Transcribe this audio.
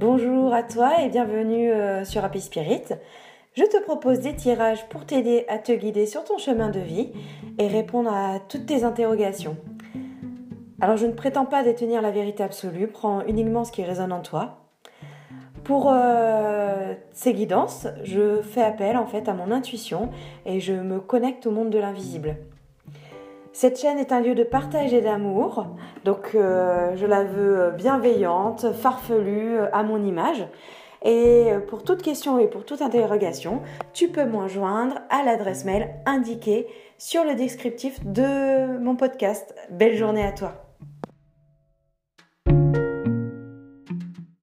Bonjour à toi et bienvenue sur Happy Spirit. Je te propose des tirages pour t'aider à te guider sur ton chemin de vie et répondre à toutes tes interrogations. Alors je ne prétends pas détenir la vérité absolue, prends uniquement ce qui résonne en toi. Pour ces guidances, je fais appel en fait à mon intuition et je me connecte au monde de l'invisible. Cette chaîne est un lieu de partage et d'amour, donc je la veux bienveillante, farfelue, à mon image. Et pour toute question et pour toute interrogation, tu peux me joindre à l'adresse mail indiquée sur le descriptif de mon podcast. Belle journée à toi!